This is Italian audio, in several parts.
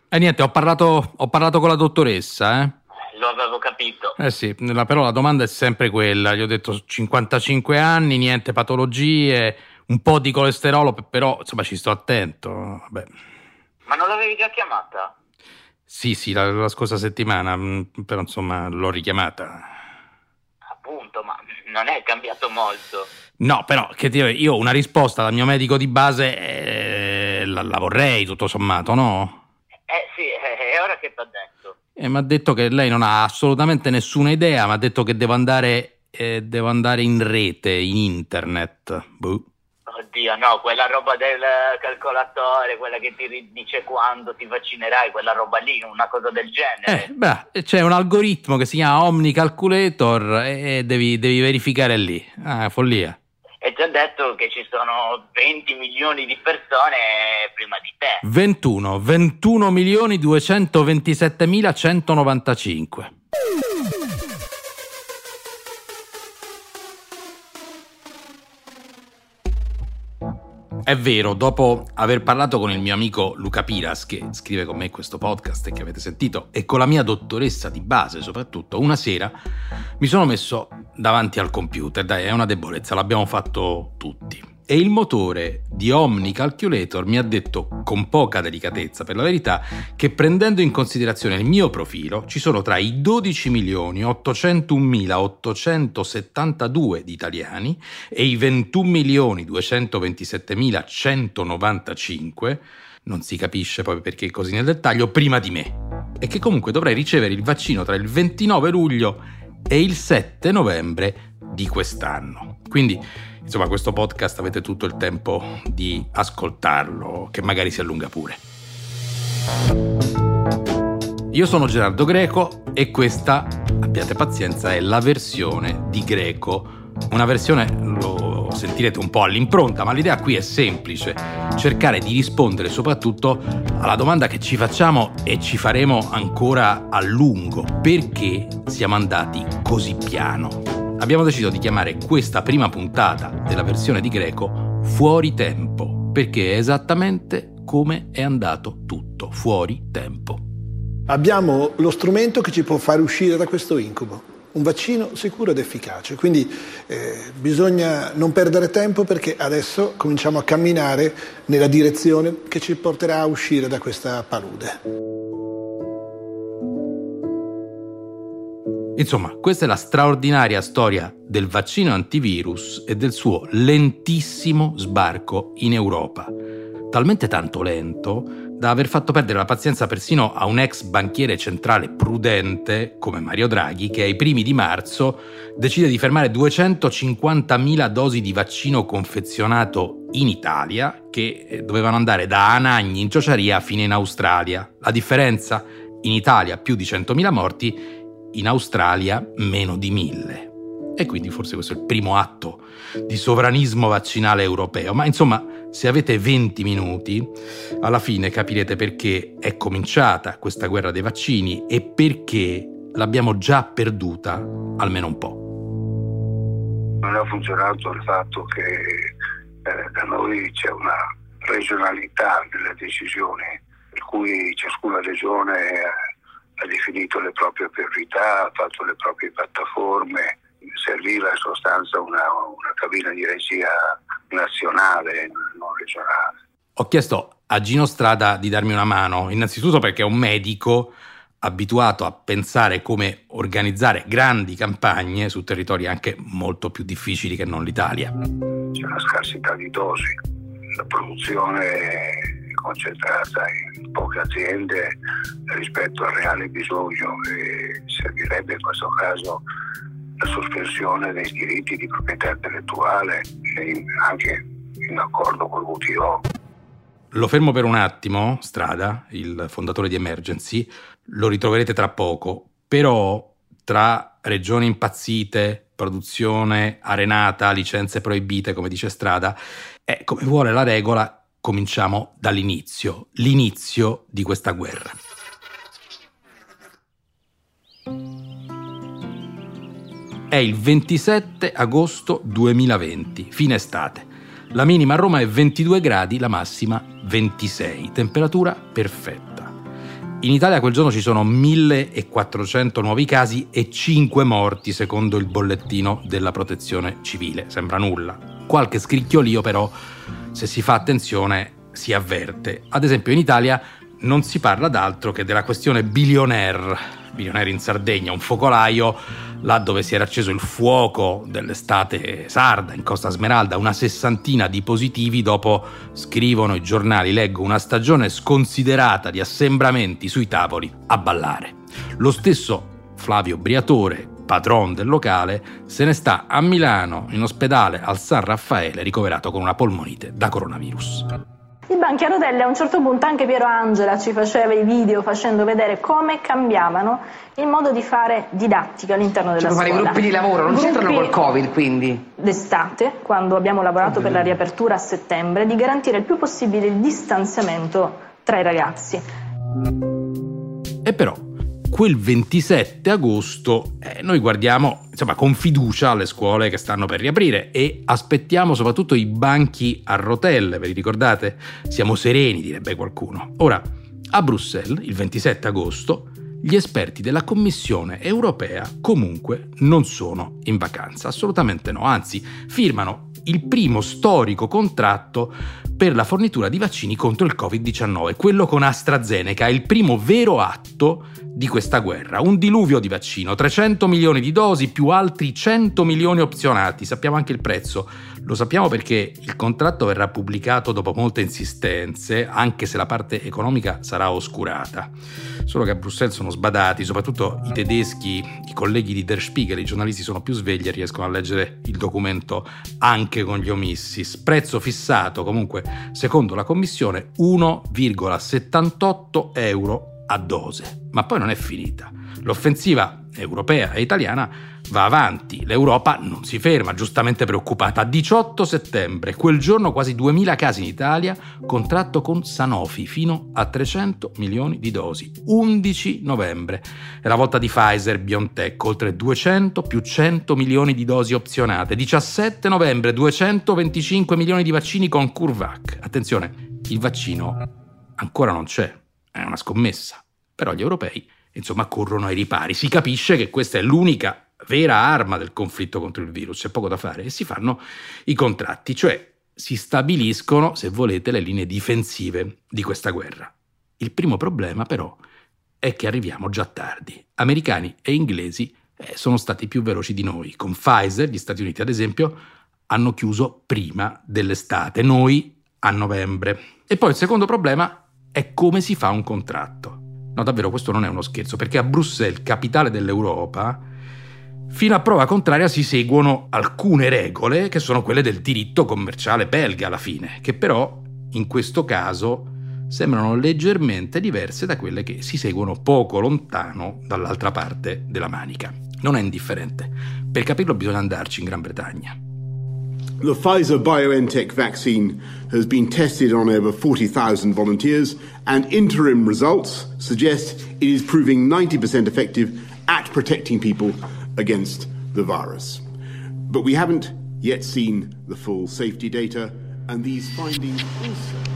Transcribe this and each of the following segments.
E niente, ho parlato con la dottoressa, Lo avevo capito. Sì, però la domanda è sempre quella. Gli ho detto 55 anni, niente patologie, un po' di colesterolo, però insomma ci sto attento. Vabbè. Ma non l'avevi già chiamata? Sì, la scorsa settimana, però insomma l'ho richiamata. Appunto, ma non è cambiato molto. No, però che dire, io una risposta dal mio medico di base la vorrei, tutto sommato, no? Sì, e ora che t'ha detto? Mi ha detto che lei non ha assolutamente nessuna idea, mi ha detto che devo andare in rete, in internet. Boh. Oddio, no, quella roba del calcolatore, quella che ti dice quando ti vaccinerai, quella roba lì, una cosa del genere. C'è un algoritmo che si chiama OmniCalculator e devi verificare lì. Follia. E ti ha detto che ci sono 20 milioni di persone prima di te. 21.227.195. È vero, dopo aver parlato con il mio amico Luca Piras, che scrive con me questo podcast e che avete sentito, e con la mia dottoressa di base soprattutto, una sera mi sono messo davanti al computer. Dai, è una debolezza, l'abbiamo fatto tutti. E il motore di OmniCalculator mi ha detto, con poca delicatezza per la verità, che prendendo in considerazione il mio profilo ci sono tra i 12.801.872 di italiani e i 21.227.195, non si capisce poi perché così nel dettaglio, prima di me, e che comunque dovrei ricevere il vaccino tra il 29 luglio e il 7 novembre di quest'anno. Quindi insomma, questo podcast avete tutto il tempo di ascoltarlo, che magari si allunga pure. Io sono Gerardo Greco e questa, abbiate pazienza, è la versione di Greco. Una versione, lo sentirete un po' all'impronta, ma l'idea qui è semplice: cercare di rispondere soprattutto alla domanda che ci facciamo e ci faremo ancora a lungo: perché siamo andati così piano? Abbiamo deciso di chiamare questa prima puntata della versione di Greco Fuori Tempo, perché è esattamente come è andato tutto, fuori tempo. Abbiamo lo strumento che ci può fare uscire da questo incubo, un vaccino sicuro ed efficace, quindi bisogna non perdere tempo, perché adesso cominciamo a camminare nella direzione che ci porterà a uscire da questa palude. Insomma, questa è la straordinaria storia del vaccino antivirus e del suo lentissimo sbarco in Europa. Talmente tanto lento da aver fatto perdere la pazienza persino a un ex banchiere centrale prudente come Mario Draghi, che ai primi di marzo decide di fermare 250.000 dosi di vaccino confezionato in Italia, che dovevano andare da Anagni in Ciociaria fino in Australia. La differenza? In Italia più di 100.000 morti, in Australia meno di 1.000. E quindi forse questo è il primo atto di sovranismo vaccinale europeo. Ma insomma, se avete 20 minuti, alla fine capirete perché è cominciata questa guerra dei vaccini e perché l'abbiamo già perduta almeno un po'. Non ha funzionato il fatto che da noi c'è una regionalità delle decisioni, per cui ciascuna regione ha definito le proprie priorità, ha fatto le proprie piattaforme. Serviva in sostanza una cabina di regia nazionale, non regionale. Ho chiesto a Gino Strada di darmi una mano, innanzitutto perché è un medico abituato a pensare come organizzare grandi campagne su territori anche molto più difficili che non l'Italia. C'è una scarsità di dosi, la produzione è concentrata in poche aziende rispetto al reale bisogno, e servirebbe in questo caso la sospensione dei diritti di proprietà intellettuale, anche in accordo col WTO. Lo fermo per un attimo, Strada, il fondatore di Emergency, lo ritroverete tra poco, però tra regioni impazzite, produzione arenata, licenze proibite, come dice Strada, come vuole la regola, cominciamo dall'inizio, l'inizio di questa guerra. È il 27 agosto 2020, fine estate. La minima a Roma è 22 gradi, la massima 26, temperatura perfetta. In Italia quel giorno ci sono 1400 nuovi casi e 5 morti secondo il bollettino della Protezione Civile. Sembra nulla. Qualche scricchiolio però, se si fa attenzione, si avverte. Ad esempio in Italia non si parla d'altro che della questione Billionaire in Sardegna, un focolaio là dove si era acceso il fuoco dell'estate sarda in Costa Smeralda, una 60 di positivi dopo, scrivono i giornali, leggo, una stagione sconsiderata di assembramenti sui tavoli a ballare. Lo stesso Flavio Briatore, patron del locale, se ne sta a Milano in ospedale al San Raffaele ricoverato con una polmonite da coronavirus. I banchi a rotelle, a un certo punto anche Piero Angela ci faceva i video facendo vedere come cambiavano il modo di fare didattica all'interno della scuola. Fare i gruppi di lavoro, non c'entrano col Covid quindi? D'estate, quando abbiamo lavorato per la riapertura a settembre, di garantire il più possibile il distanziamento tra i ragazzi. E però quel 27 agosto noi guardiamo con fiducia alle scuole che stanno per riaprire e aspettiamo soprattutto i banchi a rotelle, ve li ricordate? Siamo sereni, direbbe qualcuno. Ora, a Bruxelles, il 27 agosto, gli esperti della Commissione europea comunque non sono in vacanza, assolutamente no, anzi firmano il primo storico contratto per la fornitura di vaccini contro il Covid-19, quello con AstraZeneca, è il primo vero atto di questa guerra. Un diluvio di vaccino, 300 milioni di dosi più altri 100 milioni opzionati. Sappiamo anche il prezzo, lo sappiamo perché il contratto verrà pubblicato dopo molte insistenze, anche se la parte economica sarà oscurata. Solo che a Bruxelles sono sbadati, soprattutto i tedeschi, i colleghi di Der Spiegel, i giornalisti sono più svegli e riescono a leggere il documento anche con gli omissi. Prezzo fissato comunque, secondo la Commissione, 1,78 euro a dose. Ma poi non è finita. L'offensiva europea e italiana va avanti. L'Europa non si ferma, giustamente preoccupata. 18 settembre, quel giorno quasi 2000 casi in Italia, contratto con Sanofi fino a 300 milioni di dosi. 11 novembre, è la volta di Pfizer, BioNTech, oltre 200 più 100 milioni di dosi opzionate. 17 novembre, 225 milioni di vaccini con CureVac. Attenzione, il vaccino ancora non c'è, è una scommessa. Però gli europei, corrono ai ripari. Si capisce che questa è l'unica vera arma del conflitto contro il virus, c'è poco da fare, e si fanno i contratti, cioè si stabiliscono, se volete, le linee difensive di questa guerra. Il primo problema, però, è che arriviamo già tardi. Americani e inglesi sono stati più veloci di noi. Con Pfizer, gli Stati Uniti, ad esempio, hanno chiuso prima dell'estate, noi a novembre. E poi il secondo problema è come si fa un contratto. No, davvero, questo non è uno scherzo, perché a Bruxelles, capitale dell'Europa, fino a prova contraria si seguono alcune regole che sono quelle del diritto commerciale belga alla fine, che però in questo caso sembrano leggermente diverse da quelle che si seguono poco lontano dall'altra parte della manica. Non è indifferente. Per capirlo bisogna andarci in Gran Bretagna. The Pfizer-BioNTech vaccine has been tested on over 40,000 volunteers, and interim results suggest it is proving 90% effective at protecting people against the virus. But we haven't yet seen the full safety data, and these findings also...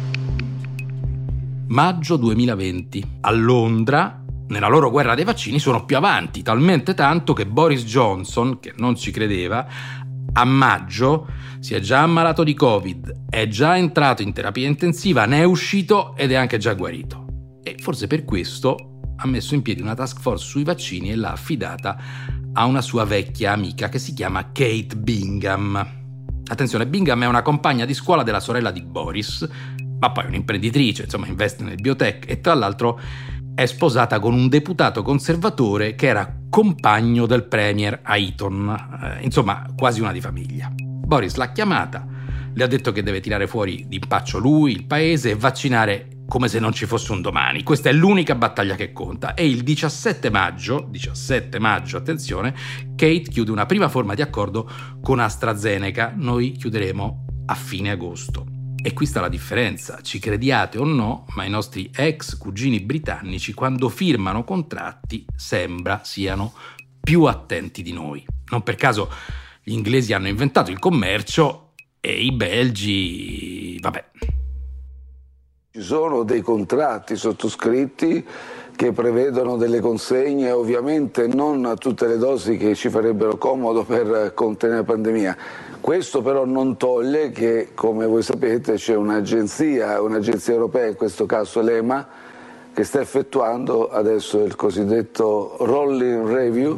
Maggio 2020. A Londra, nella loro guerra dei vaccini, sono più avanti, talmente tanto che Boris Johnson, che non ci credeva, a maggio si è già ammalato di Covid, è già entrato in terapia intensiva, ne è uscito ed è anche già guarito. E forse per questo ha messo in piedi una task force sui vaccini e l'ha affidata a una sua vecchia amica che si chiama Kate Bingham. Attenzione, Bingham è una compagna di scuola della sorella di Boris, ma poi è un'imprenditrice, investe nel biotech e tra l'altro è sposata con un deputato conservatore che era compagno del premier Ayton, quasi una di famiglia. Boris l'ha chiamata, le ha detto che deve tirare fuori d'impaccio lui, il paese e vaccinare come se non ci fosse un domani. Questa è l'unica battaglia che conta e il 17 maggio, attenzione, Kate chiude una prima forma di accordo con AstraZeneca. Noi chiuderemo a fine agosto. E qui sta la differenza, ci crediate o no, ma i nostri ex cugini britannici quando firmano contratti sembra siano più attenti di noi. Non per caso gli inglesi hanno inventato il commercio e i belgi, vabbè. Ci sono dei contratti sottoscritti che prevedono delle consegne, ovviamente non a tutte le dosi che ci farebbero comodo per contenere la pandemia. Questo però non toglie che, come voi sapete, c'è un'agenzia europea, in questo caso l'EMA, che sta effettuando adesso il cosiddetto rolling review.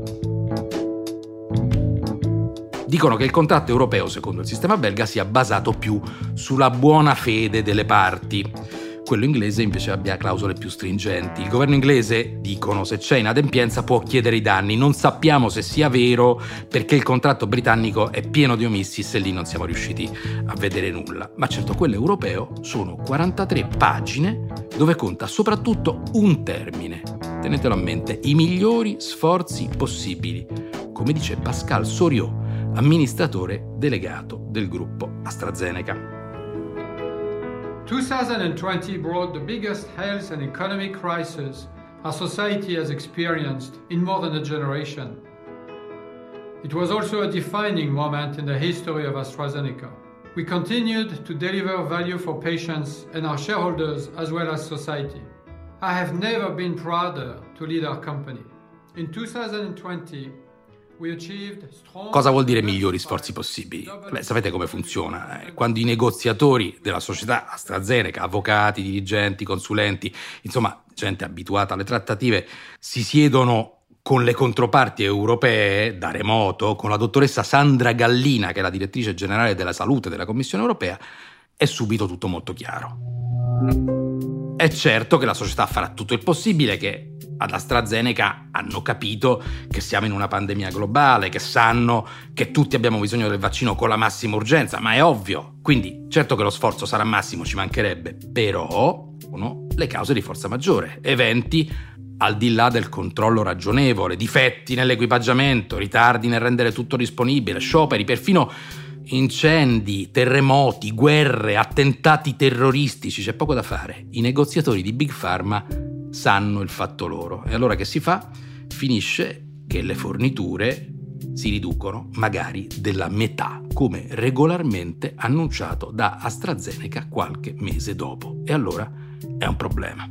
Dicono che il contratto europeo, secondo il sistema belga, sia basato più sulla buona fede delle parti. Quello inglese invece abbia clausole più stringenti. Il governo inglese, dicono, se c'è inadempienza può chiedere i danni. Non sappiamo se sia vero perché il contratto britannico è pieno di omissis e lì non siamo riusciti a vedere nulla. Ma certo, quello europeo sono 43 pagine dove conta soprattutto un termine. Tenetelo a mente, i migliori sforzi possibili. Come dice Pascal Soriot, amministratore delegato del gruppo AstraZeneca. 2020 brought the biggest health and economic crisis our society has experienced in more than a generation. It was also a defining moment in the history of AstraZeneca. We continued to deliver value for patients and our shareholders as well as society. I have never been prouder to lead our company. In 2020, cosa vuol dire migliori sforzi possibili? Beh, sapete come funziona. Quando i negoziatori della società AstraZeneca, avvocati, dirigenti, consulenti, insomma gente abituata alle trattative, si siedono con le controparti europee da remoto, con la dottoressa Sandra Gallina, che è la direttrice generale della salute della Commissione europea, è subito tutto molto chiaro. È certo che la società farà tutto il possibile, che ad AstraZeneca hanno capito che siamo in una pandemia globale, che sanno che tutti abbiamo bisogno del vaccino con la massima urgenza, ma è ovvio. Quindi certo che lo sforzo sarà massimo, ci mancherebbe, però sono le cause di forza maggiore, eventi al di là del controllo ragionevole, difetti nell'equipaggiamento, ritardi nel rendere tutto disponibile, scioperi, perfino incendi, terremoti, guerre, attentati terroristici, c'è poco da fare. I negoziatori di Big Pharma sanno il fatto loro. E allora che si fa? Finisce che le forniture si riducono magari della metà, come regolarmente annunciato da AstraZeneca qualche mese dopo. E allora è un problema.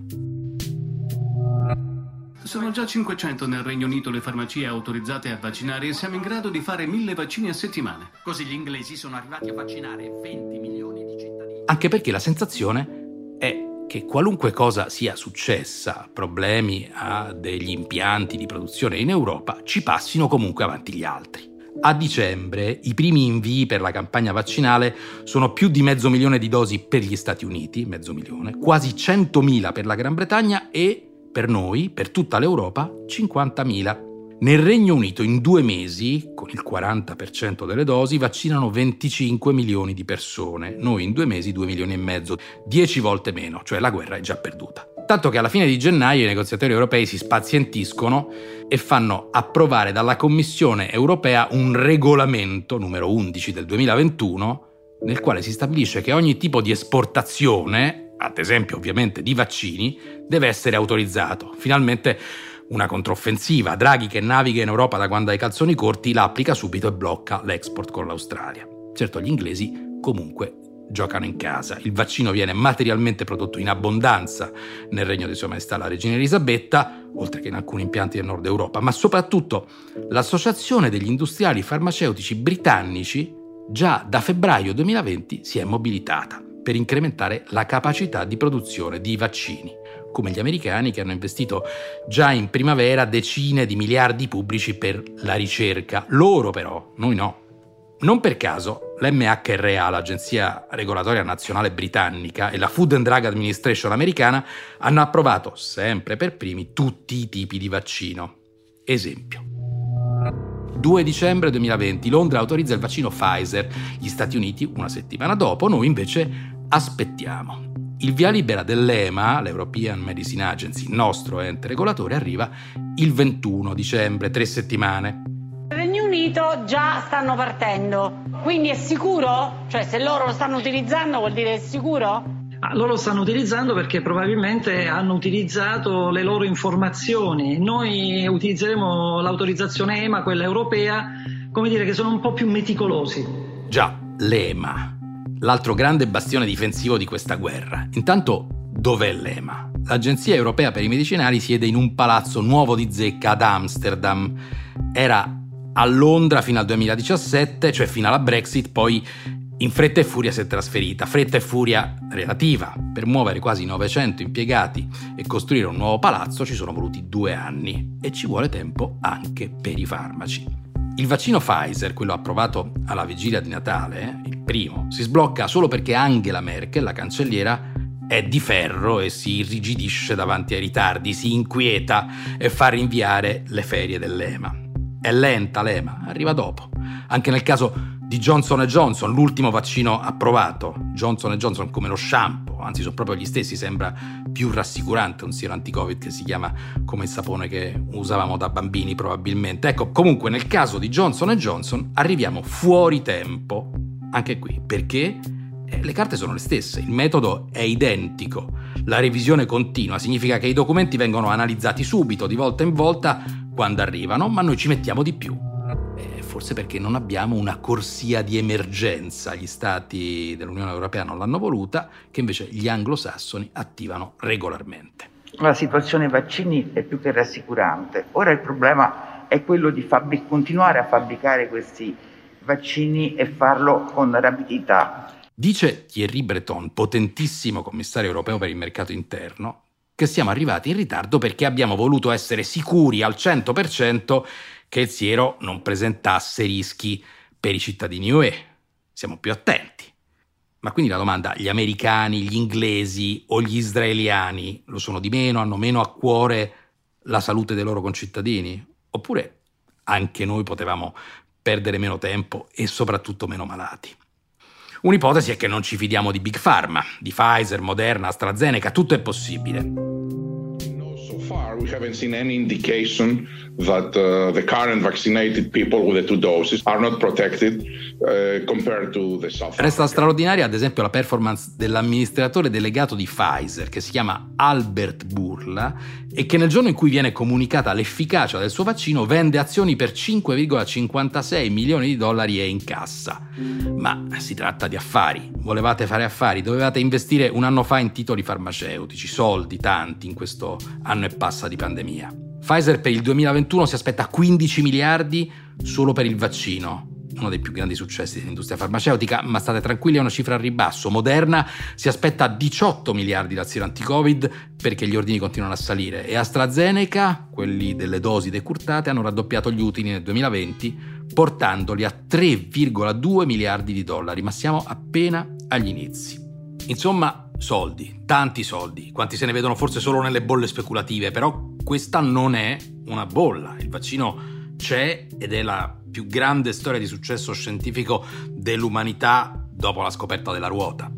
Sono già 500 nel Regno Unito le farmacie autorizzate a vaccinare e siamo in grado di fare 1000 vaccini a settimana. Così gli inglesi sono arrivati a vaccinare 20 milioni di cittadini. Anche perché la sensazione è che qualunque cosa sia successa, problemi a degli impianti di produzione in Europa, ci passino comunque avanti gli altri. A dicembre i primi invii per la campagna vaccinale sono più di 500.000 di dosi per gli Stati Uniti, 500.000, quasi 100.000 per la Gran Bretagna e per noi, per tutta l'Europa, 50.000. Nel Regno Unito in 2 mesi, con il 40% delle dosi, vaccinano 25 milioni di persone. Noi in 2 mesi 2 milioni e mezzo, 10 volte meno, cioè la guerra è già perduta. Tanto che alla fine di gennaio i negoziatori europei si spazientiscono e fanno approvare dalla Commissione europea un regolamento, numero 11 del 2021, nel quale si stabilisce che ogni tipo di esportazione, ad esempio ovviamente di vaccini, deve essere autorizzato. Finalmente una controffensiva. Draghi, che naviga in Europa da quando ha i calzoni corti, la applica subito e blocca l'export con l'Australia. Certo, gli inglesi comunque giocano in casa. Il vaccino viene materialmente prodotto in abbondanza nel regno di Sua Maestà la Regina Elisabetta, oltre che in alcuni impianti del nord Europa, ma soprattutto l'Associazione degli Industriali Farmaceutici Britannici già da febbraio 2020 si è mobilitata per incrementare la capacità di produzione di vaccini, come gli americani, che hanno investito già in primavera decine di miliardi pubblici per la ricerca. Loro però, noi no. Non per caso l'MHRA, l'Agenzia Regolatoria Nazionale Britannica, e la Food and Drug Administration americana hanno approvato, sempre per primi, tutti i tipi di vaccino. Esempio. 2 dicembre 2020, Londra autorizza il vaccino Pfizer, gli Stati Uniti una settimana dopo, noi invece aspettiamo. Il via libera dell'EMA, l'European Medicine Agency, il nostro ente regolatore, arriva il 21 dicembre, 3 settimane. Nel Regno Unito già stanno partendo, quindi è sicuro? Cioè, se loro lo stanno utilizzando vuol dire è sicuro? Loro stanno utilizzando perché probabilmente hanno utilizzato le loro informazioni. Noi utilizzeremo l'autorizzazione EMA, quella europea, come dire che sono un po' più meticolosi. Già, l'EMA, l'altro grande bastione difensivo di questa guerra. Intanto, dov'è l'EMA? L'Agenzia Europea per i Medicinali siede in un palazzo nuovo di zecca ad Amsterdam. Era a Londra fino al 2017, cioè fino alla Brexit, poi in fretta e furia si è trasferita. Fretta e furia relativa. Per muovere quasi 900 impiegati e costruire un nuovo palazzo ci sono voluti 2 anni e ci vuole tempo anche per i farmaci. Il vaccino Pfizer, quello approvato alla vigilia di Natale, il primo, si sblocca solo perché Angela Merkel, la cancelliera, è di ferro e si irrigidisce davanti ai ritardi, si inquieta e fa rinviare le ferie dell'EMA. È lenta l'EMA, arriva dopo. Anche nel caso di Johnson & Johnson, l'ultimo vaccino approvato. Johnson & Johnson come lo shampoo, anzi sono proprio gli stessi, sembra più rassicurante un siero anti-Covid che si chiama come il sapone che usavamo da bambini probabilmente. Ecco, comunque nel caso di Johnson & Johnson arriviamo fuori tempo, anche qui, perché le carte sono le stesse, il metodo è identico, la revisione continua, significa che i documenti vengono analizzati subito, di volta in volta, quando arrivano, ma noi ci mettiamo di più. Forse perché non abbiamo una corsia di emergenza, gli stati dell'Unione Europea non l'hanno voluta, che invece gli anglosassoni attivano regolarmente. La situazione vaccini è più che rassicurante. Ora il problema è quello di continuare a fabbricare questi vaccini e farlo con rapidità. Dice Thierry Breton, potentissimo commissario europeo per il mercato interno, che siamo arrivati in ritardo perché abbiamo voluto essere sicuri al 100% che il siero non presentasse rischi per i cittadini UE. Siamo più attenti. Ma quindi la domanda, gli americani, gli inglesi o gli israeliani lo sono di meno, hanno meno a cuore la salute dei loro concittadini? Oppure anche noi potevamo perdere meno tempo e soprattutto meno malati? Un'ipotesi è che non ci fidiamo di Big Pharma, di Pfizer, Moderna, AstraZeneca, tutto è possibile. So far we haven't seen any indication that the current vaccinated people with the 2 doses are not protected compared to the South. Resta straordinaria ad esempio la performance dell'amministratore delegato di Pfizer, che si chiama Albert Bourla e che nel giorno in cui viene comunicata l'efficacia del suo vaccino vende azioni per 5,56 milioni di dollari e in cassa. Ma si tratta di affari. Volevate fare affari? Dovevate investire un anno fa in titoli farmaceutici, soldi tanti in questo anno e passa di pandemia. Pfizer per il 2021 si aspetta 15 miliardi solo per il vaccino, uno dei più grandi successi dell'industria farmaceutica, ma state tranquilli, è una cifra a ribasso. Moderna si aspetta 18 miliardi da siero anti-Covid perché gli ordini continuano a salire e AstraZeneca, quelli delle dosi decurtate, hanno raddoppiato gli utili nel 2020 portandoli a 3,2 miliardi di dollari, ma siamo appena agli inizi. Insomma, soldi, tanti soldi, quanti se ne vedono forse solo nelle bolle speculative, però questa non è una bolla, il vaccino c'è ed è la più grande storia di successo scientifico dell'umanità dopo la scoperta della ruota.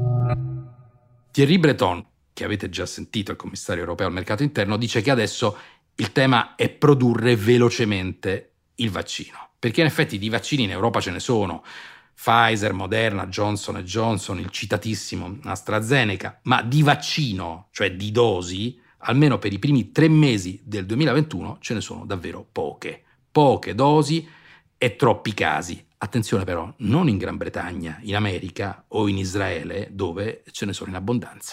Thierry Breton, che avete già sentito, il commissario europeo al mercato interno, dice che adesso il tema è produrre velocemente il vaccino, perché in effetti di vaccini in Europa ce ne sono, Pfizer, Moderna, Johnson & Johnson, il citatissimo AstraZeneca, ma di vaccino, cioè di dosi, almeno per i primi 3 mesi del 2021 ce ne sono davvero poche. Poche dosi e troppi casi. Attenzione però, non in Gran Bretagna, in America o in Israele, dove ce ne sono in abbondanza.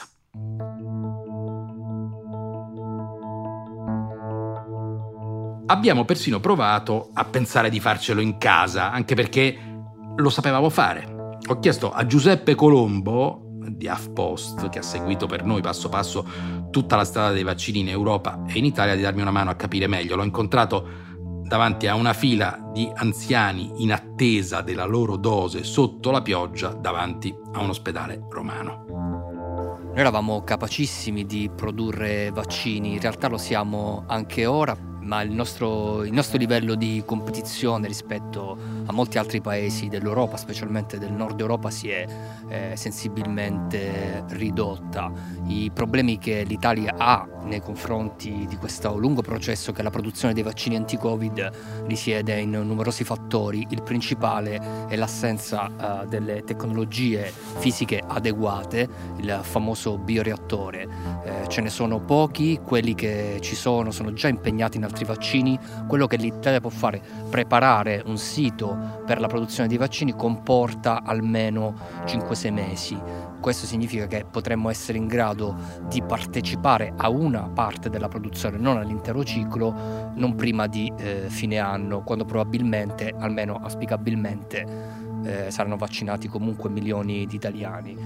Abbiamo persino provato a pensare di farcelo in casa, anche perché lo sapevamo fare. Ho chiesto a Giuseppe Colombo di HuffPost, che ha seguito per noi passo passo tutta la strada dei vaccini in Europa e in Italia, di darmi una mano a capire meglio. L'ho incontrato davanti a una fila di anziani in attesa della loro dose sotto la pioggia davanti a un ospedale romano. Noi eravamo capacissimi di produrre vaccini, in realtà lo siamo anche ora, ma il nostro livello di competizione rispetto a molti altri paesi dell'Europa, specialmente del nord Europa, si è sensibilmente ridotta. I problemi che l'Italia ha nei confronti di questo lungo processo che è la produzione dei vaccini anti-Covid risiede in numerosi fattori. Il principale è l'assenza delle tecnologie fisiche adeguate, il famoso bioreattore. Ce ne sono pochi, quelli che ci sono già impegnati in altri altri vaccini, quello che l'Italia può fare, preparare un sito per la produzione dei vaccini, comporta almeno 5-6 mesi. Questo significa che potremmo essere in grado di partecipare a una parte della produzione, non all'intero ciclo, non prima di fine anno, quando probabilmente, almeno auspicabilmente, saranno vaccinati comunque milioni di italiani.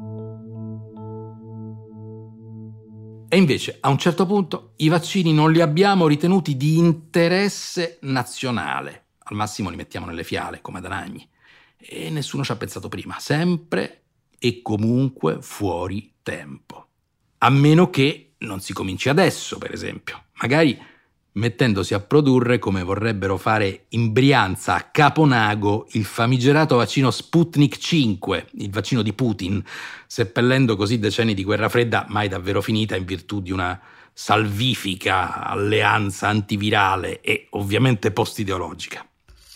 E invece, a un certo punto, i vaccini non li abbiamo ritenuti di interesse nazionale. Al massimo li mettiamo nelle fiale, come ad Anagni. E nessuno ci ha pensato prima. Sempre e comunque fuori tempo. A meno che non si cominci adesso, per esempio. Magari mettendosi a produrre, come vorrebbero fare in Brianza, a Caponago, il famigerato vaccino Sputnik 5, il vaccino di Putin, seppellendo così decenni di guerra fredda mai davvero finita in virtù di una salvifica alleanza antivirale e ovviamente post-ideologica.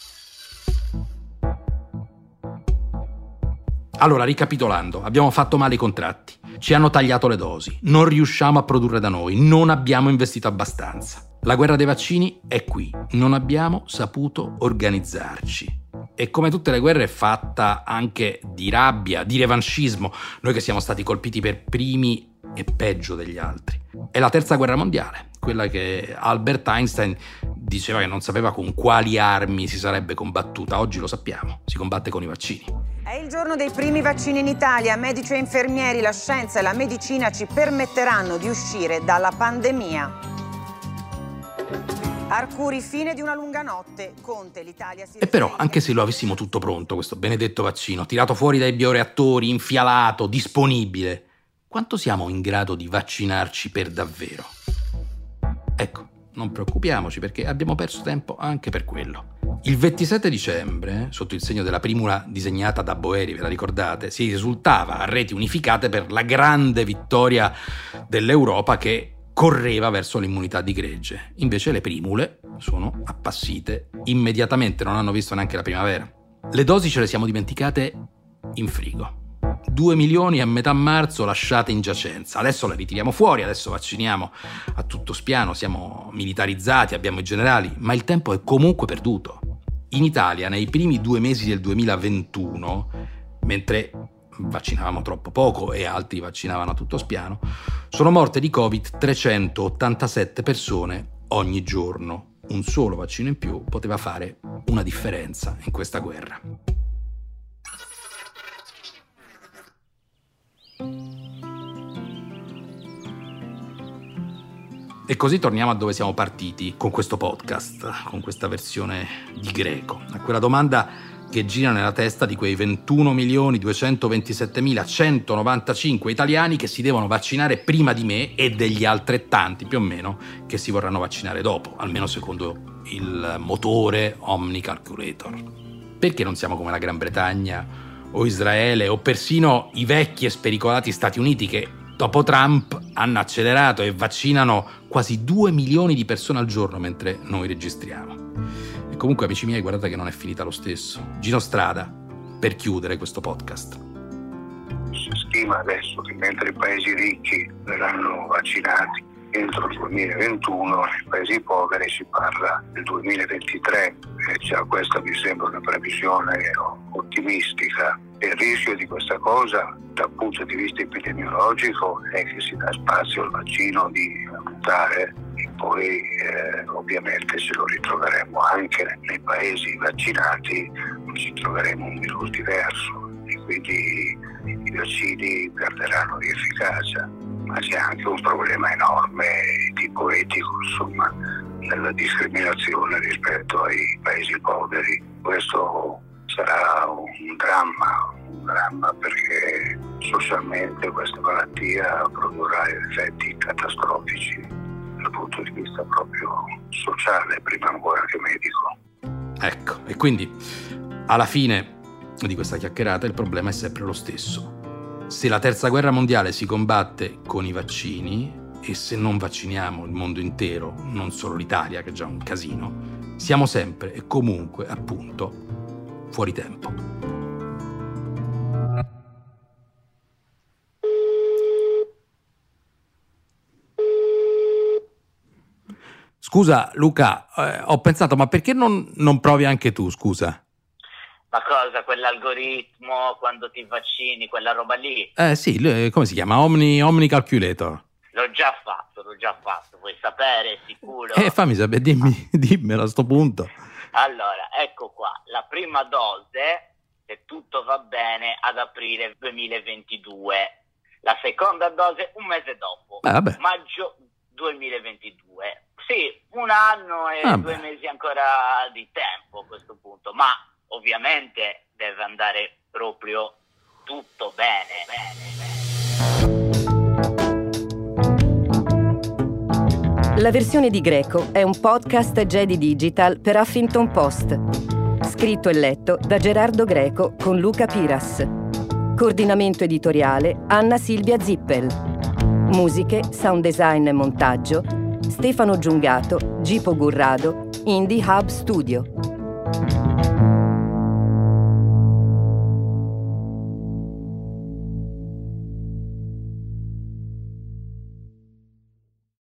Allora, ricapitolando, abbiamo fatto male i contratti, ci hanno tagliato le dosi, non riusciamo a produrre da noi, non abbiamo investito abbastanza. La guerra dei vaccini è qui, non abbiamo saputo organizzarci. E come tutte le guerre è fatta anche di rabbia, di revanchismo, noi che siamo stati colpiti per primi e peggio degli altri. È la terza guerra mondiale, quella che Albert Einstein diceva che non sapeva con quali armi si sarebbe combattuta. Oggi lo sappiamo, si combatte con i vaccini. È il giorno dei primi vaccini in Italia. Medici e infermieri, la scienza e la medicina ci permetteranno di uscire dalla pandemia. Arcuri, fine di una lunga notte. Conte, l'Italia si... E però, anche se lo avessimo tutto pronto, questo benedetto vaccino, tirato fuori dai bioreattori, infialato, disponibile, quanto siamo in grado di vaccinarci per davvero? Ecco, non preoccupiamoci, perché abbiamo perso tempo anche per quello. Il 27 dicembre, sotto il segno della primula disegnata da Boeri, ve la ricordate, si esultava a reti unificate per la grande vittoria dell'Europa che correva verso l'immunità di gregge. Invece le primule sono appassite immediatamente, non hanno visto neanche la primavera. Le dosi ce le siamo dimenticate in frigo. 2 milioni a metà marzo lasciate in giacenza. Adesso le ritiriamo fuori, adesso vacciniamo a tutto spiano, siamo militarizzati, abbiamo i generali, ma il tempo è comunque perduto. In Italia, nei primi 2 mesi del 2021, mentre vaccinavamo troppo poco e altri vaccinavano a tutto spiano, sono morte di Covid 387 persone ogni giorno. Un solo vaccino in più poteva fare una differenza in questa guerra. E così torniamo a dove siamo partiti con questo podcast, con questa versione di Greco, a quella domanda che gira nella testa di quei 21.227.195 italiani che si devono vaccinare prima di me e degli altrettanti, più o meno, che si vorranno vaccinare dopo, almeno secondo il motore Omni Calculator. Perché non siamo come la Gran Bretagna o Israele o persino i vecchi e spericolati Stati Uniti che dopo Trump hanno accelerato e vaccinano quasi 2 milioni di persone al giorno mentre noi registriamo? E comunque, amici miei, guardate che non è finita lo stesso. Gino Strada, per chiudere questo podcast. Si stima adesso che mentre i paesi ricchi verranno vaccinati entro il 2021, nei paesi poveri si parla del 2023, e già questa mi sembra una previsione ottimistica. Il rischio di questa cosa dal punto di vista epidemiologico è che si dà spazio al vaccino di mutare e poi ovviamente se lo ritroveremo anche nei paesi vaccinati ci troveremo un virus diverso e quindi i vaccini perderanno di efficacia. Ma c'è anche un problema enorme di tipo etico, insomma, nella discriminazione rispetto ai paesi poveri. Questo sarà un dramma perché socialmente questa malattia produrrà effetti catastrofici dal punto di vista proprio sociale, prima ancora che medico. Ecco, e quindi alla fine di questa chiacchierata il problema è sempre lo stesso. Se la terza guerra mondiale si combatte con i vaccini e se non vacciniamo il mondo intero, non solo l'Italia che è già un casino, siamo sempre e comunque, appunto, fuori tempo. Scusa Luca, ho pensato, ma perché non provi anche tu, scusa? Ma cosa, quell'algoritmo quando ti vaccini, quella roba lì? Sì, come si chiama? Omni Calculator. L'ho già fatto, vuoi sapere, sicuro? Fammi sapere, dimmelo a sto punto. Allora, ecco qua, la prima dose, se tutto va bene, ad aprile 2022. La seconda dose un mese dopo, maggio 2022. Sì, 1 anno e 2 mesi ancora di tempo a questo punto, ma ovviamente deve andare proprio tutto bene. La versione di Greco è un podcast Jedi Digital per Huffington Post. Scritto e letto da Gerardo Greco con Luca Piras. Coordinamento editoriale Anna Silvia Zippel. Musiche, sound design e montaggio Stefano Giungato, Gipo Gurrado, Indie Hub Studio.